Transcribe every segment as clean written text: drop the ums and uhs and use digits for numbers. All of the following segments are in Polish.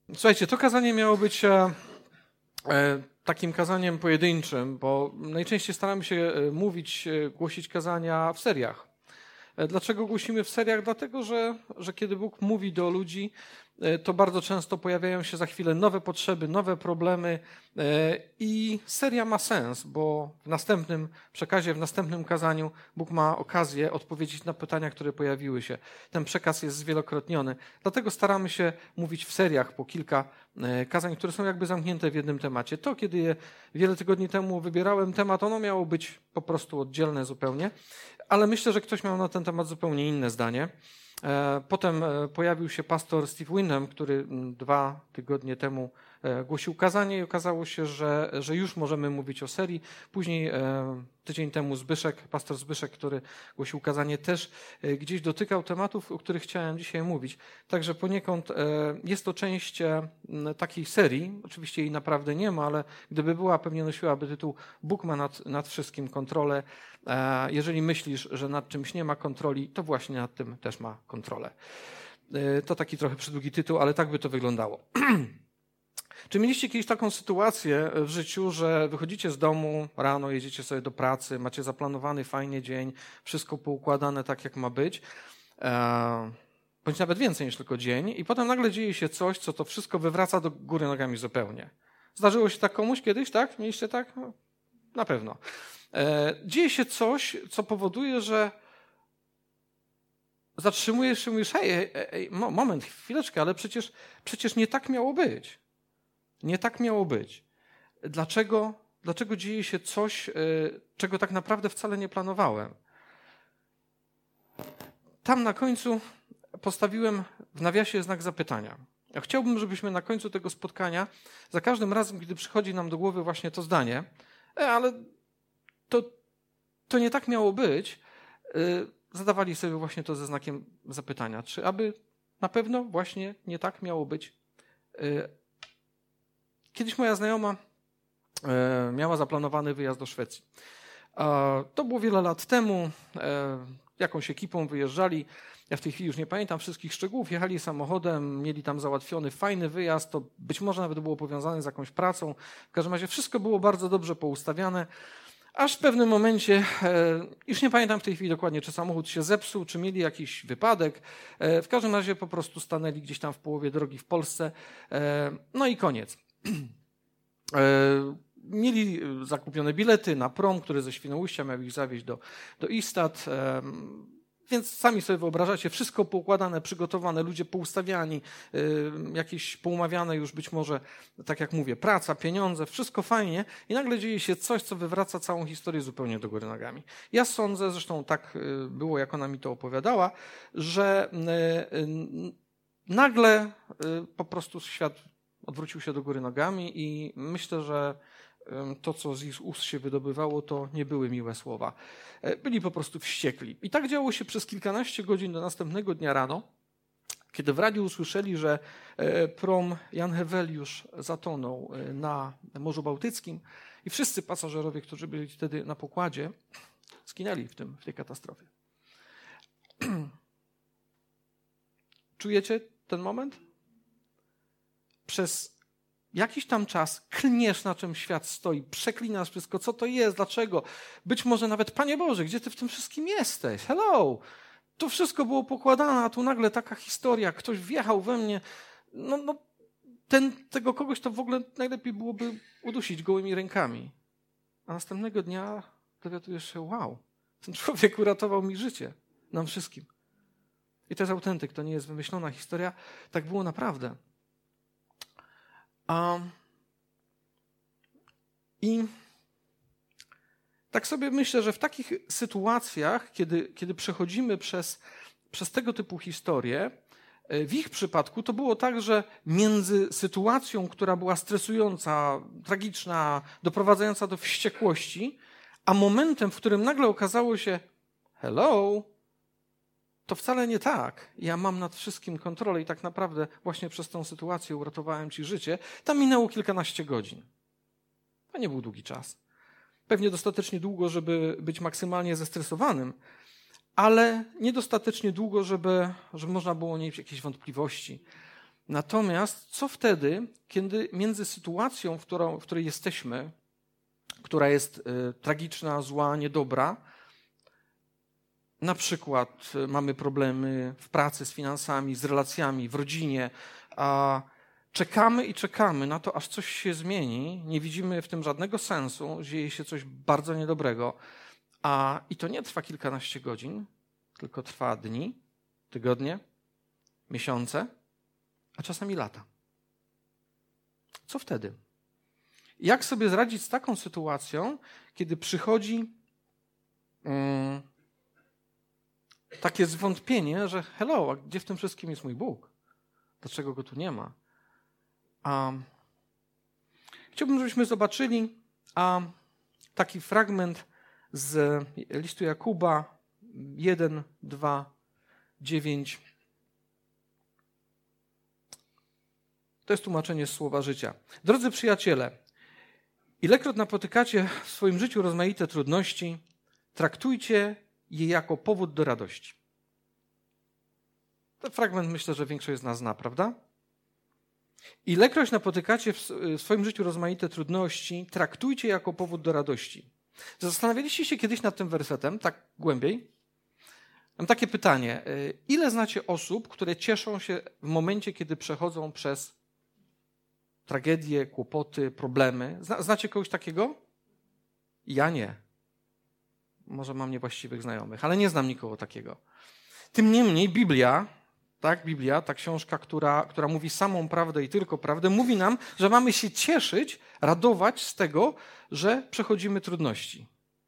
Słuchajcie, to kazanie miało być takim kazaniem pojedynczym, bo najczęściej staramy się głosić kazania w seriach. Dlaczego głosimy w seriach? Dlatego, że kiedy Bóg mówi do ludzi, to bardzo często pojawiają się za chwilę nowe potrzeby, nowe problemy i seria ma sens, bo w następnym przekazie, w następnym kazaniu Bóg ma okazję odpowiedzieć na pytania, które pojawiły się. Ten przekaz jest zwielokrotniony. Dlatego staramy się mówić w seriach po kilka kazań, które są jakby zamknięte w jednym temacie. To, kiedy je wiele tygodni temu wybierałem temat, ono miało być po prostu oddzielne zupełnie, ale myślę, że ktoś miał na ten temat zupełnie inne zdanie. Potem pojawił się pastor Steve Windham, który 2 tygodnie temu głosił kazanie i okazało się, że już możemy mówić o serii. Później tydzień temu pastor Zbyszek, który głosił kazanie, też gdzieś dotykał tematów, o których chciałem dzisiaj mówić. Także poniekąd jest to część takiej serii. Oczywiście jej naprawdę nie ma, ale gdyby była, pewnie nosiłaby tytuł Bóg ma nad wszystkim kontrolę. Jeżeli myślisz, że nad czymś nie ma kontroli, to właśnie nad tym też ma kontrolę. To taki trochę przydługi tytuł, ale tak by to wyglądało. Czy mieliście kiedyś taką sytuację w życiu, że wychodzicie z domu rano, jedziecie sobie do pracy, macie zaplanowany fajnie dzień, wszystko poukładane tak, jak ma być, bądź nawet więcej niż tylko dzień i potem nagle dzieje się coś, co to wszystko wywraca do góry nogami zupełnie. Zdarzyło się tak komuś kiedyś, tak? Mieliście tak? No, na pewno. Dzieje się coś, co powoduje, że zatrzymujesz się i mówisz, moment, chwileczkę, ale przecież nie tak miało być. Nie tak miało być. Dlaczego dzieje się coś, czego tak naprawdę wcale nie planowałem? Tam na końcu postawiłem w nawiasie znak zapytania. Ja chciałbym, żebyśmy na końcu tego spotkania, za każdym razem, kiedy przychodzi nam do głowy właśnie to zdanie, ale to nie tak miało być, zadawali sobie właśnie to ze znakiem zapytania. Czy aby na pewno właśnie nie tak miało być? Kiedyś moja znajoma miała zaplanowany wyjazd do Szwecji. To było wiele lat temu. Jakąś ekipą wyjeżdżali. Ja w tej chwili już nie pamiętam wszystkich szczegółów. Jechali samochodem, mieli tam załatwiony fajny wyjazd. To być może nawet było powiązane z jakąś pracą. W każdym razie wszystko było bardzo dobrze poustawiane. Aż w pewnym momencie, już nie pamiętam w tej chwili dokładnie, czy samochód się zepsuł, czy mieli jakiś wypadek. W każdym razie po prostu stanęli gdzieś tam w połowie drogi w Polsce. No i koniec. Mieli zakupione bilety na prom, który ze Świnoujścia miał ich zawieźć do Istad. Więc sami sobie wyobrażacie, wszystko poukładane, przygotowane, ludzie poustawiani, jakieś poumawiane już być może, tak jak mówię, praca, pieniądze, wszystko fajnie i nagle dzieje się coś, co wywraca całą historię zupełnie do góry nogami. Ja sądzę, zresztą tak było, jak ona mi to opowiadała, że nagle po prostu świat odwrócił się do góry nogami i myślę, że to, co z ich ust się wydobywało, to nie były miłe słowa. Byli po prostu wściekli. I tak działo się przez kilkanaście godzin do następnego dnia rano, kiedy w radiu usłyszeli, że prom Jan Heweliusz zatonął na Morzu Bałtyckim i wszyscy pasażerowie, którzy byli wtedy na pokładzie, zginęli w tej katastrofie. Czujecie ten moment? Przez jakiś tam czas klniesz, na czym świat stoi, przeklinasz wszystko, co to jest, dlaczego. Być może nawet, Panie Boże, gdzie Ty w tym wszystkim jesteś? Hello! Tu wszystko było pokładane, a tu nagle taka historia, ktoś wjechał we mnie. Tego kogoś to w ogóle najlepiej byłoby udusić gołymi rękami. A następnego dnia dowiadujesz się, wow, ten człowiek uratował mi życie, nam wszystkim. I to jest autentyk, to nie jest wymyślona historia, tak było naprawdę. I tak sobie myślę, że w takich sytuacjach, kiedy przechodzimy przez tego typu historie, w ich przypadku to było tak, że między sytuacją, która była stresująca, tragiczna, doprowadzająca do wściekłości, a momentem, w którym nagle okazało się, hello, to wcale nie tak. Ja mam nad wszystkim kontrolę i tak naprawdę właśnie przez tą sytuację uratowałem Ci życie. Tam minęło kilkanaście godzin. To nie był długi czas. Pewnie dostatecznie długo, żeby być maksymalnie zestresowanym, ale niedostatecznie długo, żeby można było mieć jakieś wątpliwości. Natomiast co wtedy, kiedy między sytuacją, w której jesteśmy, która jest tragiczna, zła, niedobra, na przykład mamy problemy w pracy, z finansami, z relacjami, w rodzinie, a czekamy i czekamy na to, aż coś się zmieni, nie widzimy w tym żadnego sensu, dzieje się coś bardzo niedobrego, i to nie trwa kilkanaście godzin, tylko trwa dni, tygodnie, miesiące, a czasami lata. Co wtedy? Jak sobie zradzić z taką sytuacją, kiedy przychodzi takie zwątpienie, że hello, a gdzie w tym wszystkim jest mój Bóg? Dlaczego go tu nie ma? Chciałbym, żebyśmy zobaczyli taki fragment z listu Jakuba 1, 2, 9. To jest tłumaczenie z Słowa Życia. Drodzy przyjaciele, ilekroć napotykacie w swoim życiu rozmaite trudności, traktujcie je jako powód do radości. Ten fragment myślę, że większość z nas zna, prawda? Ilekroć napotykacie w swoim życiu rozmaite trudności, traktujcie je jako powód do radości. Zastanawialiście się kiedyś nad tym wersetem, tak głębiej? Mam takie pytanie. Ile znacie osób, które cieszą się w momencie, kiedy przechodzą przez tragedie, kłopoty, problemy? Znacie kogoś takiego? Ja nie. Może mam niewłaściwych znajomych, ale nie znam nikogo takiego. Tym niemniej Biblia, ta książka, która mówi samą prawdę i tylko prawdę, mówi nam, że mamy się cieszyć, radować z tego, że przechodzimy trudności.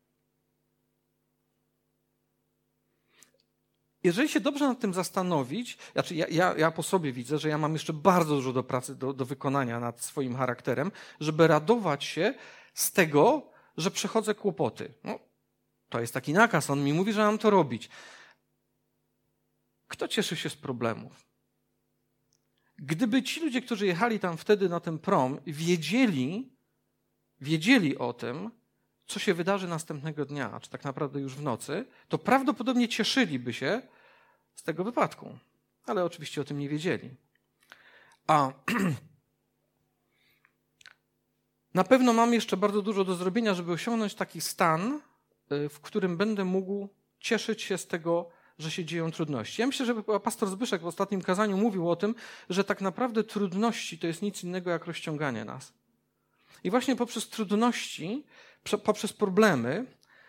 Jeżeli się dobrze nad tym zastanowić, znaczy ja po sobie widzę, że ja mam jeszcze bardzo dużo do pracy, do wykonania nad swoim charakterem, żeby radować się z tego, że przechodzę kłopoty. To jest taki nakaz, on mi mówi, że mam to robić. Kto cieszy się z problemów? Gdyby ci ludzie, którzy jechali tam wtedy na ten prom, wiedzieli o tym, co się wydarzy następnego dnia, czy tak naprawdę już w nocy, to prawdopodobnie cieszyliby się z tego wypadku. Ale oczywiście o tym nie wiedzieli. Na pewno mam jeszcze bardzo dużo do zrobienia, żeby osiągnąć taki stan, w którym będę mógł cieszyć się z tego, że się dzieją trudności. Ja myślę, że pastor Zbyszek w ostatnim kazaniu mówił o tym, że tak naprawdę trudności to jest nic innego jak rozciąganie nas. I właśnie poprzez trudności, poprzez problemy,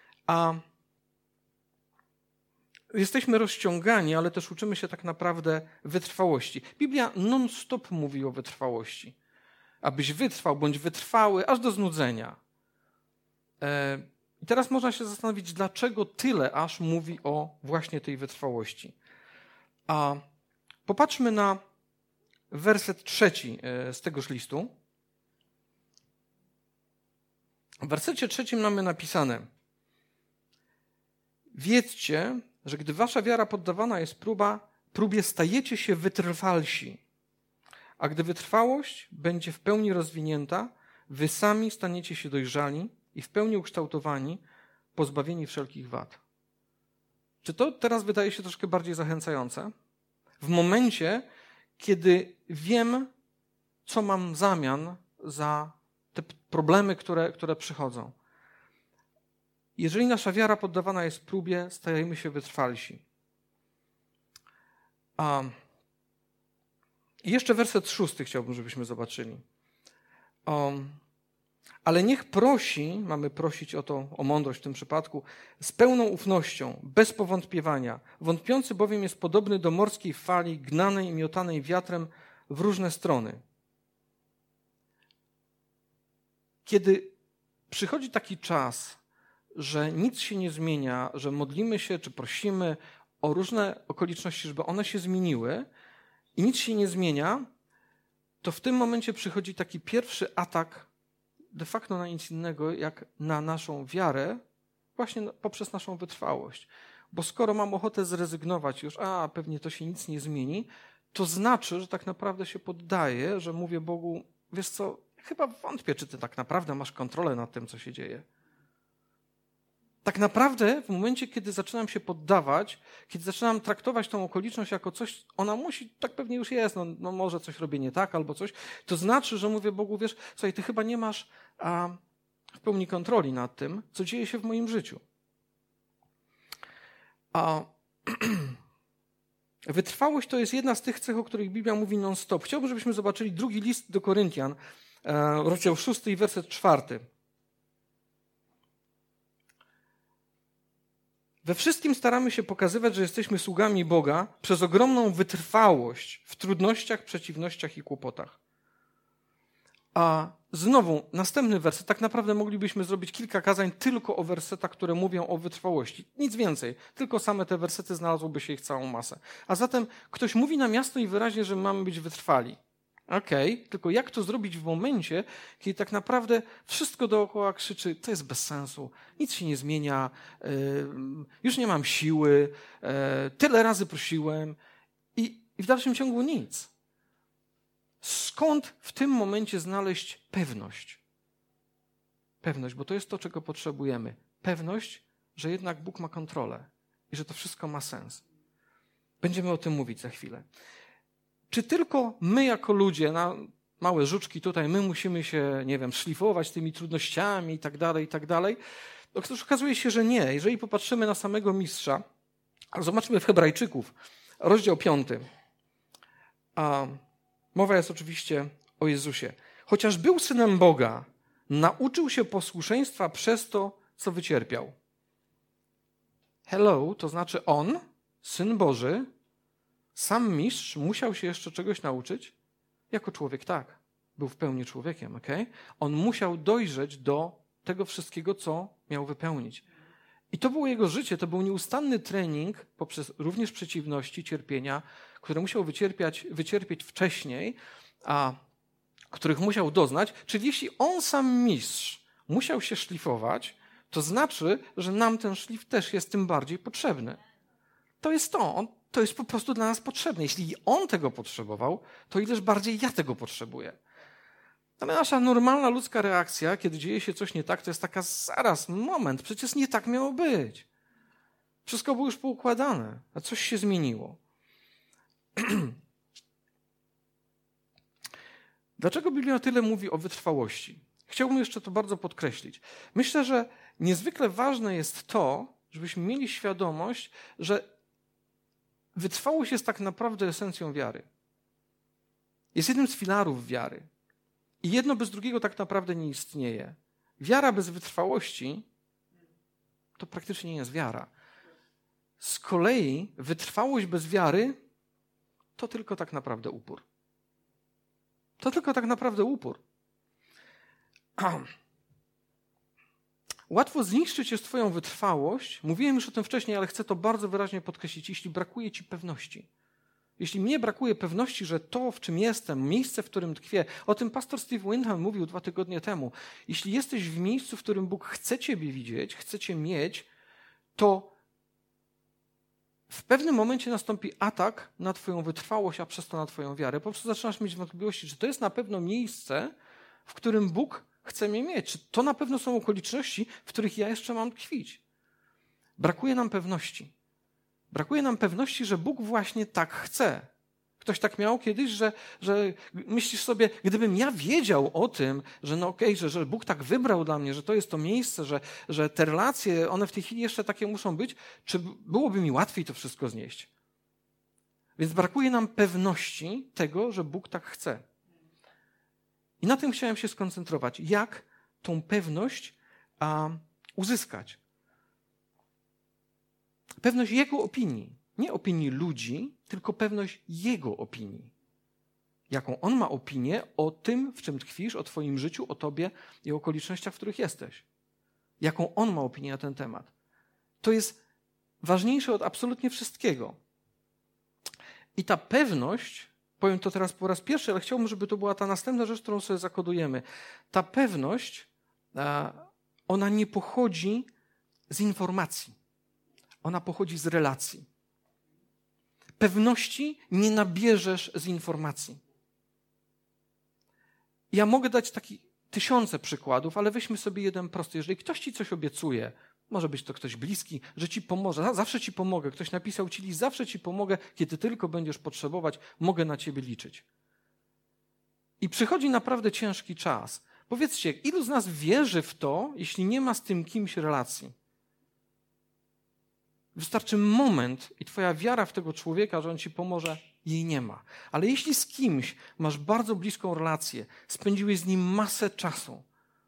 jesteśmy rozciągani, ale też uczymy się tak naprawdę wytrwałości. Biblia non-stop mówi o wytrwałości. Abyś wytrwał bądź wytrwały aż do znudzenia. I teraz można się zastanowić, dlaczego tyle aż mówi o właśnie tej wytrwałości. Popatrzmy na werset 3 z tegoż listu. W wersecie 3 mamy napisane: wiedzcie, że gdy wasza wiara poddawana jest próbie stajecie się wytrwalsi, a gdy wytrwałość będzie w pełni rozwinięta, wy sami staniecie się dojrzali i w pełni ukształtowani, pozbawieni wszelkich wad. Czy to teraz wydaje się troszkę bardziej zachęcające? W momencie, kiedy wiem, co mam w zamian za te problemy, które przychodzą. Jeżeli nasza wiara poddawana jest próbie, stajemy się wytrwalsi. I jeszcze werset 6 chciałbym, żebyśmy zobaczyli. Ale niech prosi, mamy prosić o mądrość w tym przypadku, z pełną ufnością, bez powątpiewania. Wątpiący bowiem jest podobny do morskiej fali, gnanej i miotanej wiatrem w różne strony. Kiedy przychodzi taki czas, że nic się nie zmienia, że modlimy się czy prosimy o różne okoliczności, żeby one się zmieniły i nic się nie zmienia, to w tym momencie przychodzi taki pierwszy atak de facto na nic innego, jak na naszą wiarę, właśnie poprzez naszą wytrwałość. Bo skoro mam ochotę zrezygnować już, pewnie to się nic nie zmieni, to znaczy, że tak naprawdę się poddaję, że mówię Bogu, wiesz co, chyba wątpię, czy ty tak naprawdę masz kontrolę nad tym, co się dzieje. Tak naprawdę w momencie, kiedy zaczynam się poddawać, kiedy zaczynam traktować tą okoliczność jako coś, ona musi, tak pewnie już jest, no może coś robię nie tak albo coś, to znaczy, że mówię Bogu, wiesz, słuchaj, ty chyba nie masz w pełni kontroli nad tym, co dzieje się w moim życiu. A wytrwałość to jest jedna z tych cech, o których Biblia mówi non-stop. Chciałbym, żebyśmy zobaczyli drugi list do Koryntian, rozdział 6 i werset 4. We wszystkim staramy się pokazywać, że jesteśmy sługami Boga przez ogromną wytrwałość w trudnościach, przeciwnościach i kłopotach. A znowu, następny werset. Tak naprawdę moglibyśmy zrobić kilka kazań tylko o wersetach, które mówią o wytrwałości. Nic więcej. Tylko same te wersety znalazłoby się ich całą masę. A zatem ktoś mówi nam jasno i wyraźnie, że mamy być wytrwali. Okej, tylko jak to zrobić w momencie, kiedy tak naprawdę wszystko dookoła krzyczy, to jest bez sensu, nic się nie zmienia, już nie mam siły, tyle razy prosiłem i w dalszym ciągu nic. Skąd w tym momencie znaleźć pewność? Pewność, bo to jest to, czego potrzebujemy. Pewność, że jednak Bóg ma kontrolę i że to wszystko ma sens. Będziemy o tym mówić za chwilę. Czy tylko my jako ludzie, małe żuczki tutaj, my musimy się, nie wiem, szlifować tymi trudnościami i tak dalej? Otóż okazuje się, że nie. Jeżeli popatrzymy na samego mistrza, zobaczmy w Hebrajczyków, rozdział 5. A mowa jest oczywiście o Jezusie. Chociaż był synem Boga, nauczył się posłuszeństwa przez to, co wycierpiał. Hello, to znaczy on, Syn Boży, sam mistrz musiał się jeszcze czegoś nauczyć? Jako człowiek tak. Był w pełni człowiekiem, okej? On musiał dojrzeć do tego wszystkiego, co miał wypełnić. I to było jego życie, to był nieustanny trening poprzez również przeciwności, cierpienia, które musiał wycierpieć wcześniej, a których musiał doznać. Czyli jeśli on sam mistrz musiał się szlifować, to znaczy, że nam ten szlif też jest tym bardziej potrzebny. To jest to. To jest po prostu dla nas potrzebne. Jeśli on tego potrzebował, to ileż bardziej ja tego potrzebuję. Ale nasza normalna ludzka reakcja, kiedy dzieje się coś nie tak, to jest taka, zaraz, moment, przecież nie tak miało być. Wszystko było już poukładane, a coś się zmieniło. Dlaczego Biblia tyle mówi o wytrwałości? Chciałbym jeszcze to bardzo podkreślić. Myślę, że niezwykle ważne jest to, żebyśmy mieli świadomość, że wytrwałość jest tak naprawdę esencją wiary. Jest jednym z filarów wiary. I jedno bez drugiego tak naprawdę nie istnieje. Wiara bez wytrwałości to praktycznie nie jest wiara. Z kolei wytrwałość bez wiary to tylko tak naprawdę upór. To tylko tak naprawdę upór. Łatwo zniszczyć jest twoją wytrwałość. Mówiłem już o tym wcześniej, ale chcę to bardzo wyraźnie podkreślić. Jeśli brakuje ci pewności. Jeśli mnie brakuje pewności, że to, w czym jestem, miejsce, w którym tkwię, o tym pastor Steve Windham mówił 2 tygodnie temu. Jeśli jesteś w miejscu, w którym Bóg chce ciebie widzieć, chce cię mieć, to w pewnym momencie nastąpi atak na twoją wytrwałość, a przez to na twoją wiarę. Po prostu zaczynasz mieć wątpliwości, czy to jest na pewno miejsce, w którym Bóg chce mnie mieć. Czy to na pewno są okoliczności, w których ja jeszcze mam tkwić? Brakuje nam pewności. Brakuje nam pewności, że Bóg właśnie tak chce. Ktoś tak miał kiedyś, że myślisz sobie, gdybym ja wiedział o tym, że no okej, że Bóg tak wybrał dla mnie, że to jest to miejsce, że te relacje, one w tej chwili jeszcze takie muszą być, czy byłoby mi łatwiej to wszystko znieść? Więc brakuje nam pewności tego, że Bóg tak chce. I na tym chciałem się skoncentrować. Jak tą pewność uzyskać? Pewność Jego opinii. Nie opinii ludzi, tylko pewność Jego opinii. Jaką On ma opinię o tym, w czym tkwisz, o twoim życiu, o tobie i o okolicznościach, w których jesteś. Jaką On ma opinię na ten temat. To jest ważniejsze od absolutnie wszystkiego. I ta pewność, powiem to teraz po raz pierwszy, ale chciałbym, żeby to była ta następna rzecz, którą sobie zakodujemy. Ta pewność, ona nie pochodzi z informacji. Ona pochodzi z relacji. Pewności nie nabierzesz z informacji. Ja mogę dać tysiące przykładów, ale weźmy sobie jeden prosty. Jeżeli ktoś ci coś obiecuje, może być to ktoś bliski, że ci pomoże. Zawsze ci pomogę. Ktoś napisał ci list, zawsze ci pomogę, kiedy tylko będziesz potrzebować, mogę na ciebie liczyć. I przychodzi naprawdę ciężki czas. Powiedzcie, ilu z nas wierzy w to, jeśli nie ma z tym kimś relacji? Wystarczy moment i twoja wiara w tego człowieka, że on ci pomoże, jej nie ma. Ale jeśli z kimś masz bardzo bliską relację, spędziłeś z nim masę czasu,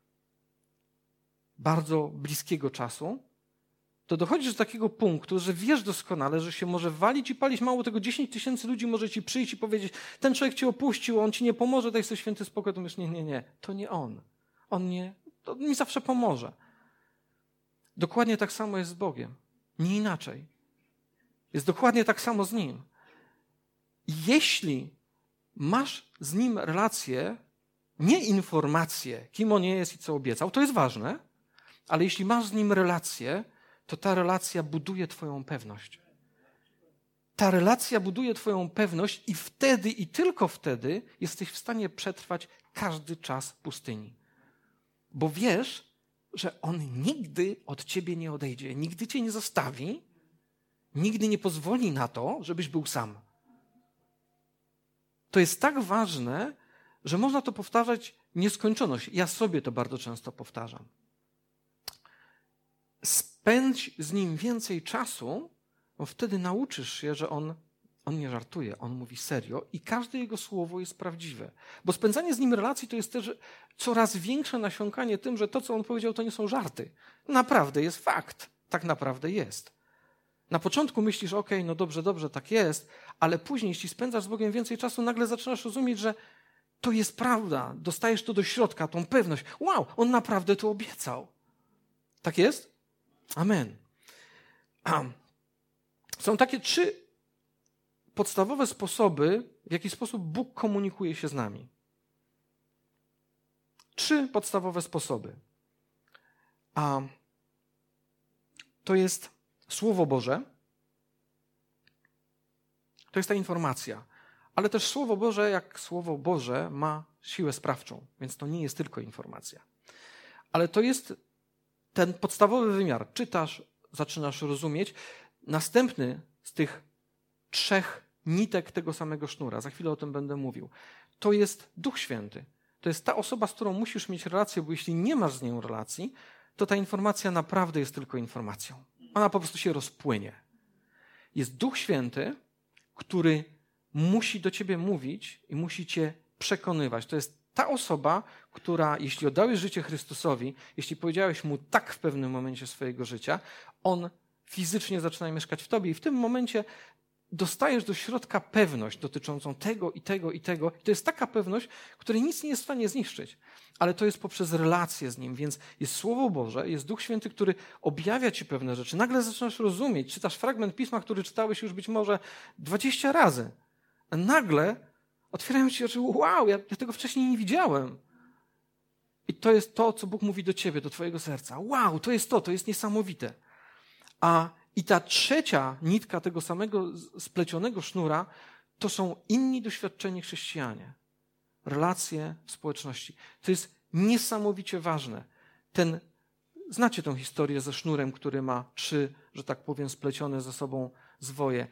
bardzo bliskiego czasu, to dochodzisz do takiego punktu, że wiesz doskonale, że się może walić i palić. Mało tego, 10 000 ludzi może ci przyjść i powiedzieć, ten człowiek cię opuścił, on ci nie pomoże, daj sobie święty spokój. To mówisz, nie, to nie on. To mi zawsze pomoże. Dokładnie tak samo jest z Bogiem. Nie inaczej. Jest dokładnie tak samo z Nim. Jeśli masz z Nim relację, nie informację, kim On jest i co obiecał, to jest ważne, ale jeśli masz z Nim relację, to ta relacja buduje twoją pewność. Ta relacja buduje twoją pewność i wtedy, i tylko wtedy jesteś w stanie przetrwać każdy czas pustyni. Bo wiesz, że On nigdy od ciebie nie odejdzie, nigdy cię nie zostawi, nigdy nie pozwoli na to, żebyś był sam. To jest tak ważne, że można to powtarzać nieskończoność. Ja sobie to bardzo często powtarzam. Spędź z Nim więcej czasu, bo wtedy nauczysz się, że On nie żartuje, On mówi serio i każde Jego słowo jest prawdziwe. Bo spędzanie z Nim relacji to jest też coraz większe nasiąkanie tym, że to, co On powiedział, to nie są żarty. Naprawdę jest fakt. Tak naprawdę jest. Na początku myślisz, okej, no dobrze, tak jest, ale później, jeśli spędzasz z Bogiem więcej czasu, nagle zaczynasz rozumieć, że to jest prawda. Dostajesz to do środka, tą pewność. Wow, On naprawdę to obiecał. Tak jest? Amen. Są takie 3 podstawowe sposoby, w jaki sposób Bóg komunikuje się z nami. 3 podstawowe sposoby. To jest Słowo Boże, to jest ta informacja, ale też Słowo Boże, jak Słowo Boże, ma siłę sprawczą, więc to nie jest tylko informacja. Ale to jest ten podstawowy wymiar. Czytasz, zaczynasz rozumieć. Następny z tych 3 nitek tego samego sznura, za chwilę o tym będę mówił, to jest Duch Święty. To jest ta osoba, z którą musisz mieć relację, bo jeśli nie masz z nią relacji, to ta informacja naprawdę jest tylko informacją. Ona po prostu się rozpłynie. Jest Duch Święty, który musi do ciebie mówić i musi cię przekonywać. To jest ta osoba, która, jeśli oddałeś życie Chrystusowi, jeśli powiedziałeś Mu tak w pewnym momencie swojego życia, On fizycznie zaczyna mieszkać w tobie i w tym momencie dostajesz do środka pewność dotyczącą tego i tego i tego. I to jest taka pewność, której nic nie jest w stanie zniszczyć. Ale to jest poprzez relację z Nim. Więc jest Słowo Boże, jest Duch Święty, który objawia ci pewne rzeczy. Nagle zaczynasz rozumieć. Czytasz fragment Pisma, który czytałeś już być może 20 razy. A nagle otwierają ci oczy. Wow, ja tego wcześniej nie widziałem. I to jest to, co Bóg mówi do ciebie, do twojego serca. Wow, to jest niesamowite. I ta 3 nitka tego samego splecionego sznura to są inni doświadczeni chrześcijanie. Relacje w społeczności. To jest niesamowicie ważne. Znacie tę historię ze sznurem, który ma 3, że tak powiem, splecione ze sobą zwoje.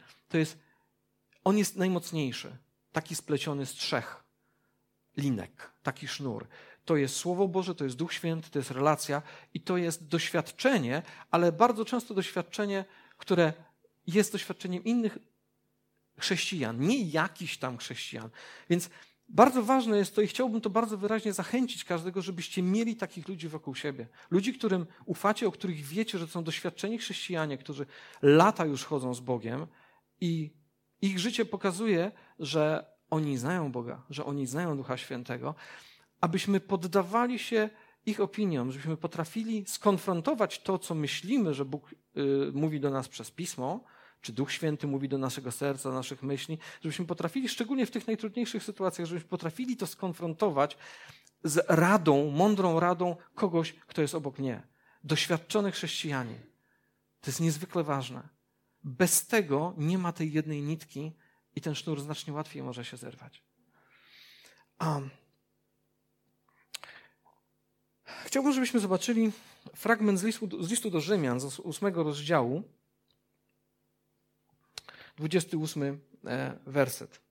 On jest najmocniejszy. Taki spleciony z 3 linek. Taki sznur. To jest Słowo Boże, to jest Duch Święty, to jest relacja i to jest doświadczenie, ale bardzo często doświadczenie, które jest doświadczeniem innych chrześcijan, nie jakichś tam chrześcijan. Więc bardzo ważne jest to i chciałbym to bardzo wyraźnie zachęcić każdego, żebyście mieli takich ludzi wokół siebie. Ludzi, którym ufacie, o których wiecie, że to są doświadczeni chrześcijanie, którzy lata już chodzą z Bogiem i ich życie pokazuje, że oni znają Boga, że oni znają Ducha Świętego, abyśmy poddawali się ich opiniom, żebyśmy potrafili skonfrontować to, co myślimy, że Bóg mówi do nas przez Pismo, czy Duch Święty mówi do naszego serca, do naszych myśli, żebyśmy potrafili, szczególnie w tych najtrudniejszych sytuacjach, żebyśmy potrafili to skonfrontować z radą, mądrą radą kogoś, kto jest obok mnie. Doświadczony chrześcijanin. To jest niezwykle ważne. Bez tego nie ma tej jednej nitki i ten sznur znacznie łatwiej może się zerwać. Chciałbym, żebyśmy zobaczyli fragment z listu do Rzymian, z 8 rozdziału, 28 werset.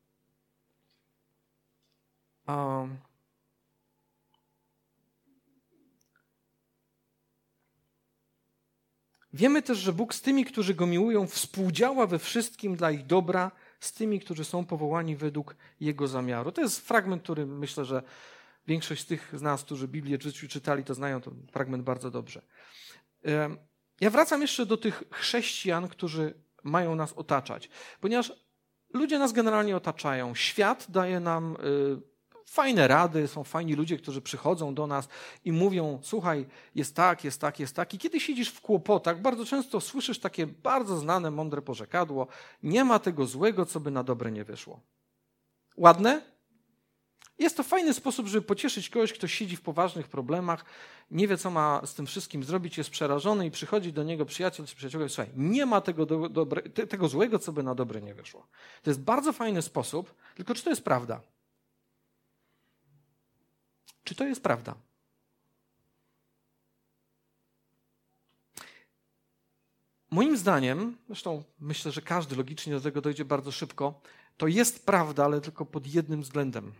Wiemy też, że Bóg z tymi, którzy Go miłują, współdziała we wszystkim dla ich dobra, z tymi, którzy są powołani według Jego zamiaru. To jest fragment, który myślę, że większość z tych z nas, którzy Biblię w życiu czytali, to znają ten fragment bardzo dobrze. Ja wracam jeszcze do tych chrześcijan, którzy mają nas otaczać, ponieważ ludzie nas generalnie otaczają. Świat daje nam fajne rady, są fajni ludzie, którzy przychodzą do nas i mówią, słuchaj, jest tak, jest tak, jest tak. I kiedy siedzisz w kłopotach, bardzo często słyszysz takie bardzo znane, mądre porzekadło, nie ma tego złego, co by na dobre nie wyszło. Ładne? Jest to fajny sposób, żeby pocieszyć kogoś, kto siedzi w poważnych problemach, nie wie, co ma z tym wszystkim zrobić, jest przerażony i przychodzi do niego przyjaciel czy przyjaciółka i mówi, słuchaj, nie ma tego złego, co by na dobre nie wyszło. To jest bardzo fajny sposób, tylko czy to jest prawda? Czy to jest prawda? Moim zdaniem, zresztą myślę, że każdy logicznie do tego dojdzie bardzo szybko, to jest prawda, ale tylko pod jednym względem.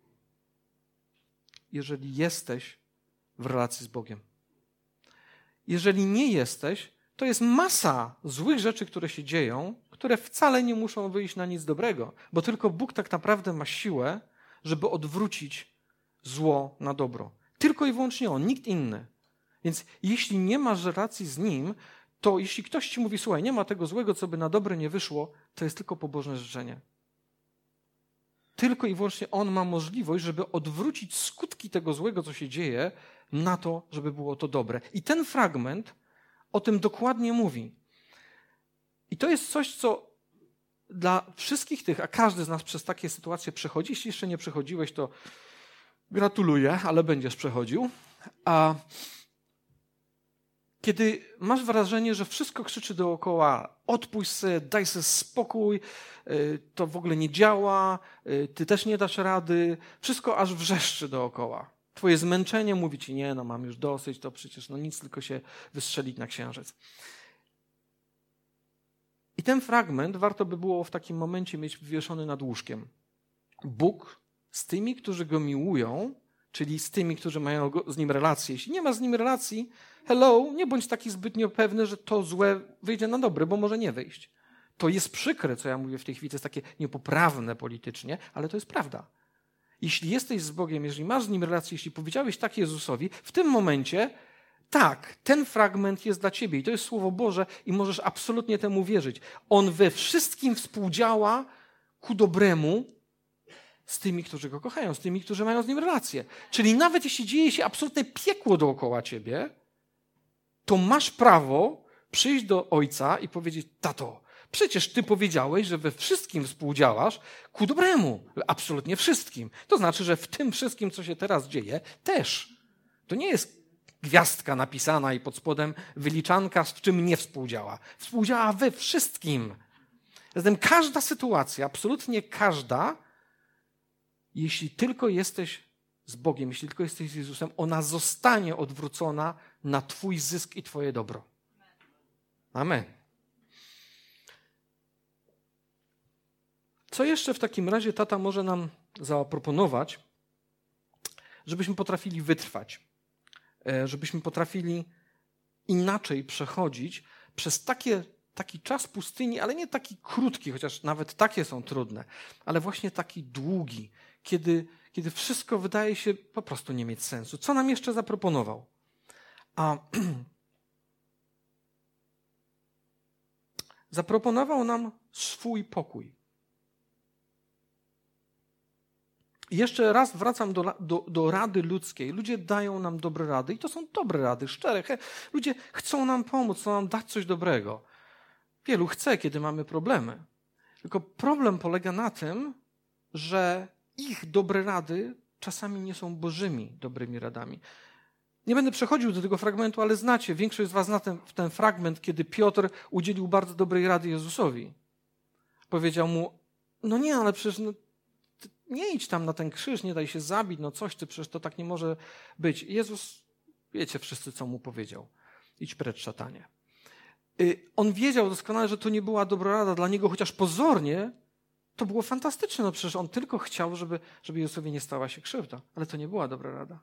Jeżeli jesteś w relacji z Bogiem. Jeżeli nie jesteś, to jest masa złych rzeczy, które się dzieją, które wcale nie muszą wyjść na nic dobrego, bo tylko Bóg tak naprawdę ma siłę, żeby odwrócić zło na dobro. Tylko i wyłącznie On, nikt inny. Więc jeśli nie masz relacji z Nim, to jeśli ktoś ci mówi, słuchaj, nie ma tego złego, co by na dobre nie wyszło, to jest tylko pobożne życzenie. Tylko i wyłącznie On ma możliwość, żeby odwrócić skutki tego złego, co się dzieje, na to, żeby było to dobre. I ten fragment o tym dokładnie mówi. I to jest coś, co dla wszystkich tych, a każdy z nas przez takie sytuacje przechodzi. Jeśli jeszcze nie przechodziłeś, to gratuluję, ale będziesz przechodził. A kiedy masz wrażenie, że wszystko krzyczy dookoła, odpuść sobie, daj sobie spokój, to w ogóle nie działa, ty też nie dasz rady, wszystko aż wrzeszczy dookoła. Twoje zmęczenie mówi ci, nie, no mam już dosyć, to przecież no nic, tylko się wystrzelić na księżyc. I ten fragment warto by było w takim momencie mieć wywieszony nad łóżkiem. Bóg z tymi, którzy Go miłują, czyli z tymi, którzy mają z Nim relację. Jeśli nie ma z Nim relacji, hello, nie bądź taki zbytnio pewny, że to złe wyjdzie na dobre, bo może nie wyjść. To jest przykre, co ja mówię w tej chwili, to jest takie niepoprawne politycznie, ale to jest prawda. Jeśli jesteś z Bogiem, jeżeli masz z Nim relację, jeśli powiedziałeś tak Jezusowi, w tym momencie tak, ten fragment jest dla ciebie i to jest Słowo Boże i możesz absolutnie temu wierzyć. On we wszystkim współdziała ku dobremu z tymi, którzy Go kochają, z tymi, którzy mają z Nim relację. Czyli nawet jeśli dzieje się absolutne piekło dookoła ciebie, to masz prawo przyjść do Ojca i powiedzieć, tato, przecież Ty powiedziałeś, że we wszystkim współdziałasz ku dobremu. Absolutnie wszystkim. To znaczy, że w tym wszystkim, co się teraz dzieje, też. To nie jest gwiazdka napisana i pod spodem wyliczanka, z czym nie współdziała. Współdziała we wszystkim. Zatem każda sytuacja, absolutnie każda, jeśli tylko jesteś z Bogiem, jeśli tylko jesteś z Jezusem, ona zostanie odwrócona na Twój zysk i Twoje dobro. Amen. Co jeszcze w takim razie tata może nam zaproponować, żebyśmy potrafili wytrwać, żebyśmy potrafili inaczej przechodzić przez taki czas pustyni, ale nie taki krótki, chociaż nawet takie są trudne, ale właśnie taki długi, kiedy wszystko wydaje się po prostu nie mieć sensu. Co nam jeszcze zaproponował? Zaproponował nam swój pokój. I jeszcze raz wracam do rady ludzkiej. Ludzie dają nam dobre rady i to są dobre rady, szczere. Ludzie chcą nam pomóc, chcą nam dać coś dobrego. Wielu chce, kiedy mamy problemy. Tylko problem polega na tym, że ich dobre rady czasami nie są Bożymi dobrymi radami. Nie będę przechodził do tego fragmentu, ale znacie, większość z was zna ten fragment, kiedy Piotr udzielił bardzo dobrej rady Jezusowi. Powiedział mu, no nie, ale przecież nie idź tam na ten krzyż, nie daj się zabić, no coś ty, przecież to tak nie może być. Wiecie wszyscy, co mu powiedział. Idź precz, szatanie. On wiedział doskonale, że to nie była dobra rada dla niego, chociaż pozornie to było fantastyczne. No przecież on tylko chciał, żeby Jezusowi nie stała się krzywda. Ale to nie była dobra rada.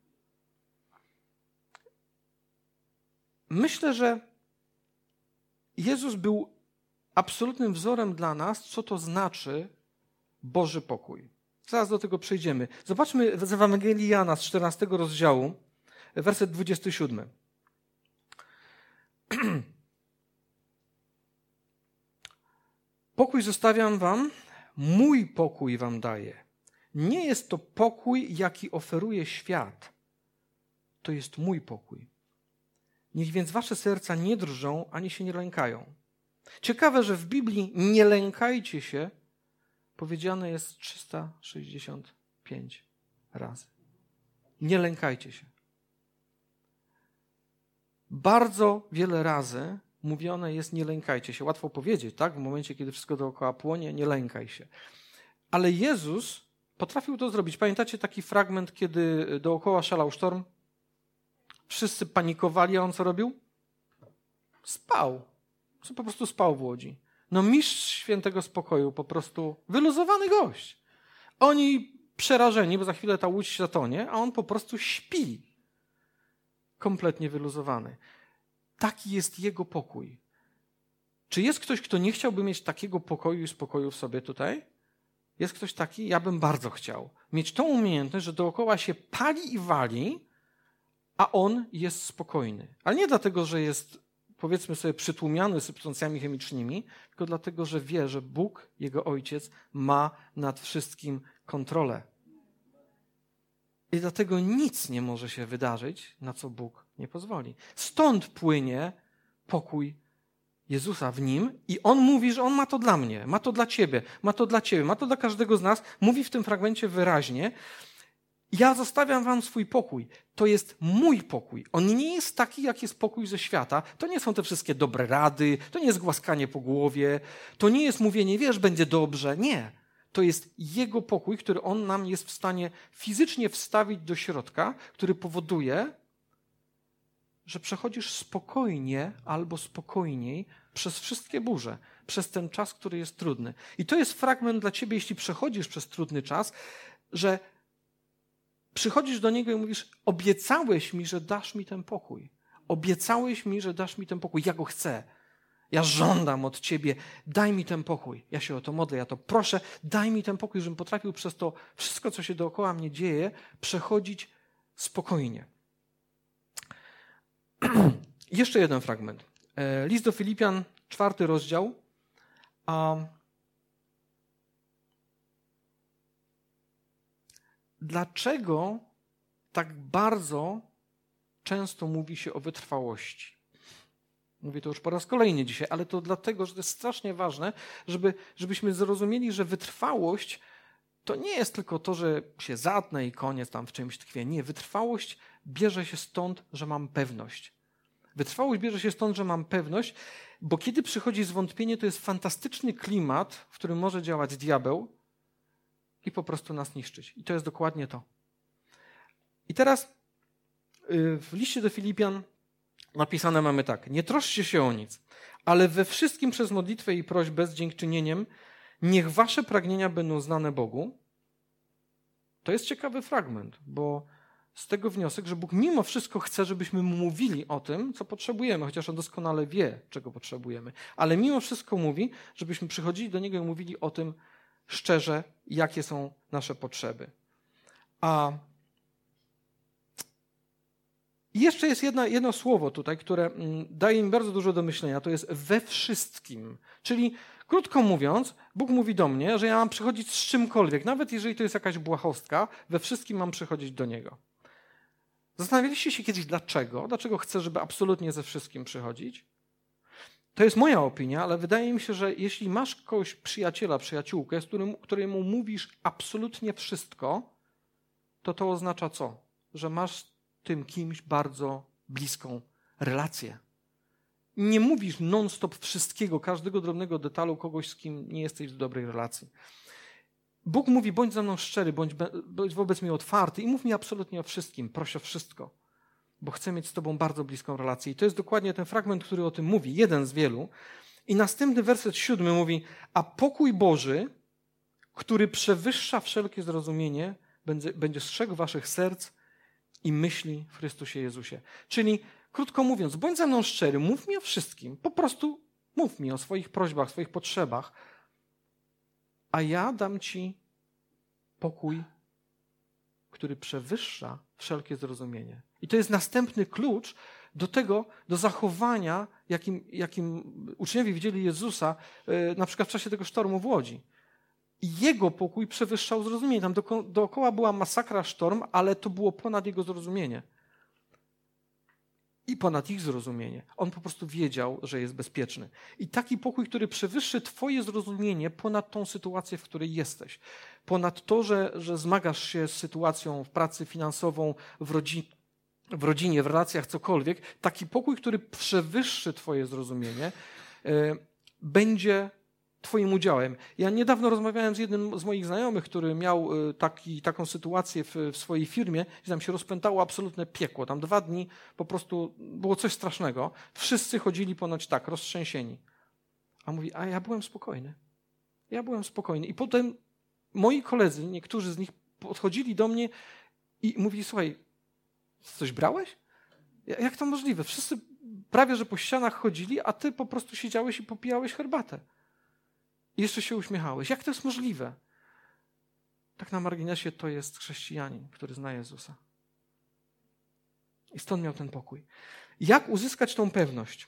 Myślę, że Jezus był absolutnym wzorem dla nas, co to znaczy Boży pokój. Zaraz do tego przejdziemy. Zobaczmy z Ewangelii Jana z 14 rozdziału, werset 27. Pokój zostawiam wam, mój pokój wam daję. Nie jest to pokój, jaki oferuje świat. To jest mój pokój. Niech więc wasze serca nie drżą, ani się nie lękają. Ciekawe, że w Biblii nie lękajcie się powiedziane jest 365 razy. Nie lękajcie się. Bardzo wiele razy mówione jest nie lękajcie się. Łatwo powiedzieć, tak? W momencie, kiedy wszystko dookoła płonie, nie lękaj się. Ale Jezus potrafił to zrobić. Pamiętacie taki fragment, kiedy dookoła szalał sztorm? Wszyscy panikowali, a on co robił? Spał. Po prostu spał w łodzi. No mistrz świętego spokoju, po prostu wyluzowany gość. Oni przerażeni, bo za chwilę ta łódź się zatonie, a on po prostu śpi. Kompletnie wyluzowany. Taki jest jego pokój. Czy jest ktoś, kto nie chciałby mieć takiego pokoju i spokoju w sobie tutaj? Jest ktoś taki? Ja bym bardzo chciał. Mieć tą umiejętność, że dookoła się pali i wali, a on jest spokojny. Ale nie dlatego, że jest, powiedzmy sobie, przytłumiany substancjami chemicznymi, tylko dlatego, że wie, że Bóg, jego Ojciec, ma nad wszystkim kontrolę. I dlatego nic nie może się wydarzyć, na co Bóg nie pozwoli. Stąd płynie pokój Jezusa w nim i on mówi, że on ma to dla mnie, ma to dla ciebie, ma to dla ciebie, ma to dla każdego z nas. Mówi w tym fragmencie wyraźnie: ja zostawiam wam swój pokój. To jest mój pokój. On nie jest taki, jak jest pokój ze świata. To nie są te wszystkie dobre rady, to nie jest głaskanie po głowie, to nie jest mówienie, wiesz, będzie dobrze. Nie. To jest jego pokój, który on nam jest w stanie fizycznie wstawić do środka, który powoduje, że przechodzisz spokojnie albo spokojniej przez wszystkie burze, przez ten czas, który jest trudny. I to jest fragment dla ciebie, jeśli przechodzisz przez trudny czas, że przychodzisz do niego i mówisz: obiecałeś mi, że dasz mi ten pokój. Obiecałeś mi, że dasz mi ten pokój. Ja go chcę. Ja żądam od ciebie, daj mi ten pokój. Ja się o to modlę, ja to proszę, daj mi ten pokój, żebym potrafił przez to wszystko, co się dookoła mnie dzieje, przechodzić spokojnie. Jeszcze jeden fragment. List do Filipian, 4 rozdział. Dlaczego tak bardzo często mówi się o wytrwałości? Mówię to już po raz kolejny dzisiaj, ale to dlatego, że to jest strasznie ważne, żebyśmy zrozumieli, że wytrwałość to nie jest tylko to, że się zatnę i koniec, tam w czymś tkwię. Nie, wytrwałość bierze się stąd, że mam pewność. Wytrwałość bierze się stąd, że mam pewność, bo kiedy przychodzi zwątpienie, to jest fantastyczny klimat, w którym może działać diabeł i po prostu nas niszczyć. I to jest dokładnie to. I teraz w liście do Filipian napisane mamy tak: nie troszczcie się o nic, ale we wszystkim przez modlitwę i prośbę z dziękczynieniem niech wasze pragnienia będą znane Bogu. To jest ciekawy fragment, bo z tego wniosek, że Bóg mimo wszystko chce, żebyśmy mu mówili o tym, co potrzebujemy, chociaż on doskonale wie, czego potrzebujemy. Ale mimo wszystko mówi, żebyśmy przychodzili do niego i mówili o tym szczerze, jakie są nasze potrzeby. A jeszcze jest jedno słowo tutaj, które daje mi bardzo dużo do myślenia. To jest we wszystkim. Czyli krótko mówiąc, Bóg mówi do mnie, że ja mam przychodzić z czymkolwiek, nawet jeżeli to jest jakaś błahostka, we wszystkim mam przychodzić do Niego. Zastanawialiście się kiedyś dlaczego? Dlaczego chcę, żeby absolutnie ze wszystkim przychodzić? To jest moja opinia, ale wydaje mi się, że jeśli masz kogoś przyjaciela, przyjaciółkę, któremu mówisz absolutnie wszystko, to oznacza co? Że masz tym kimś bardzo bliską relację. Nie mówisz non-stop wszystkiego, każdego drobnego detalu kogoś, z kim nie jesteś w dobrej relacji. Bóg mówi: bądź ze mną szczery, bądź wobec mnie otwarty i mów mi absolutnie o wszystkim, proś o wszystko. bo chcę mieć z Tobą bardzo bliską relację. I to jest dokładnie ten fragment, który o tym mówi, jeden z wielu. I następny werset 7 mówi, a pokój Boży, który przewyższa wszelkie zrozumienie, będzie strzegł waszych serc i myśli w Chrystusie Jezusie. Czyli, krótko mówiąc, bądź ze mną szczery, mów mi o wszystkim, po prostu mów mi o swoich prośbach, swoich potrzebach, a ja dam ci pokój, który przewyższa wszelkie zrozumienie. I to jest następny klucz do tego, do zachowania, jakim uczniowie widzieli Jezusa, na przykład w czasie tego sztormu w Łodzi. I Jego pokój przewyższał zrozumienie. Tam dookoła była masakra, sztorm, ale to było ponad Jego zrozumienie. I ponad ich zrozumienie. On po prostu wiedział, że jest bezpieczny. I taki pokój, który przewyższy Twoje zrozumienie ponad tą sytuację, w której jesteś. Ponad to, że zmagasz się z sytuacją w pracy finansową, w rodzinie, w relacjach, cokolwiek. Taki pokój, który przewyższy Twoje zrozumienie, będzie Twoim udziałem. Ja niedawno rozmawiałem z jednym z moich znajomych, który miał taką sytuację w swojej firmie, gdzie tam się rozpętało absolutne piekło. Tam 2 dni po prostu było coś strasznego. Wszyscy chodzili ponoć tak, roztrzęsieni. A mówi, a ja byłem spokojny. Ja byłem spokojny. I potem moi koledzy, niektórzy z nich podchodzili do mnie i mówili, słuchaj, coś brałeś? Jak to możliwe? Wszyscy prawie, że po ścianach chodzili, a ty po prostu siedziałeś i popijałeś herbatę. I jeszcze się uśmiechałeś. Jak to jest możliwe? Tak na marginesie to jest chrześcijanin, który zna Jezusa. I stąd miał ten pokój. Jak uzyskać tą pewność?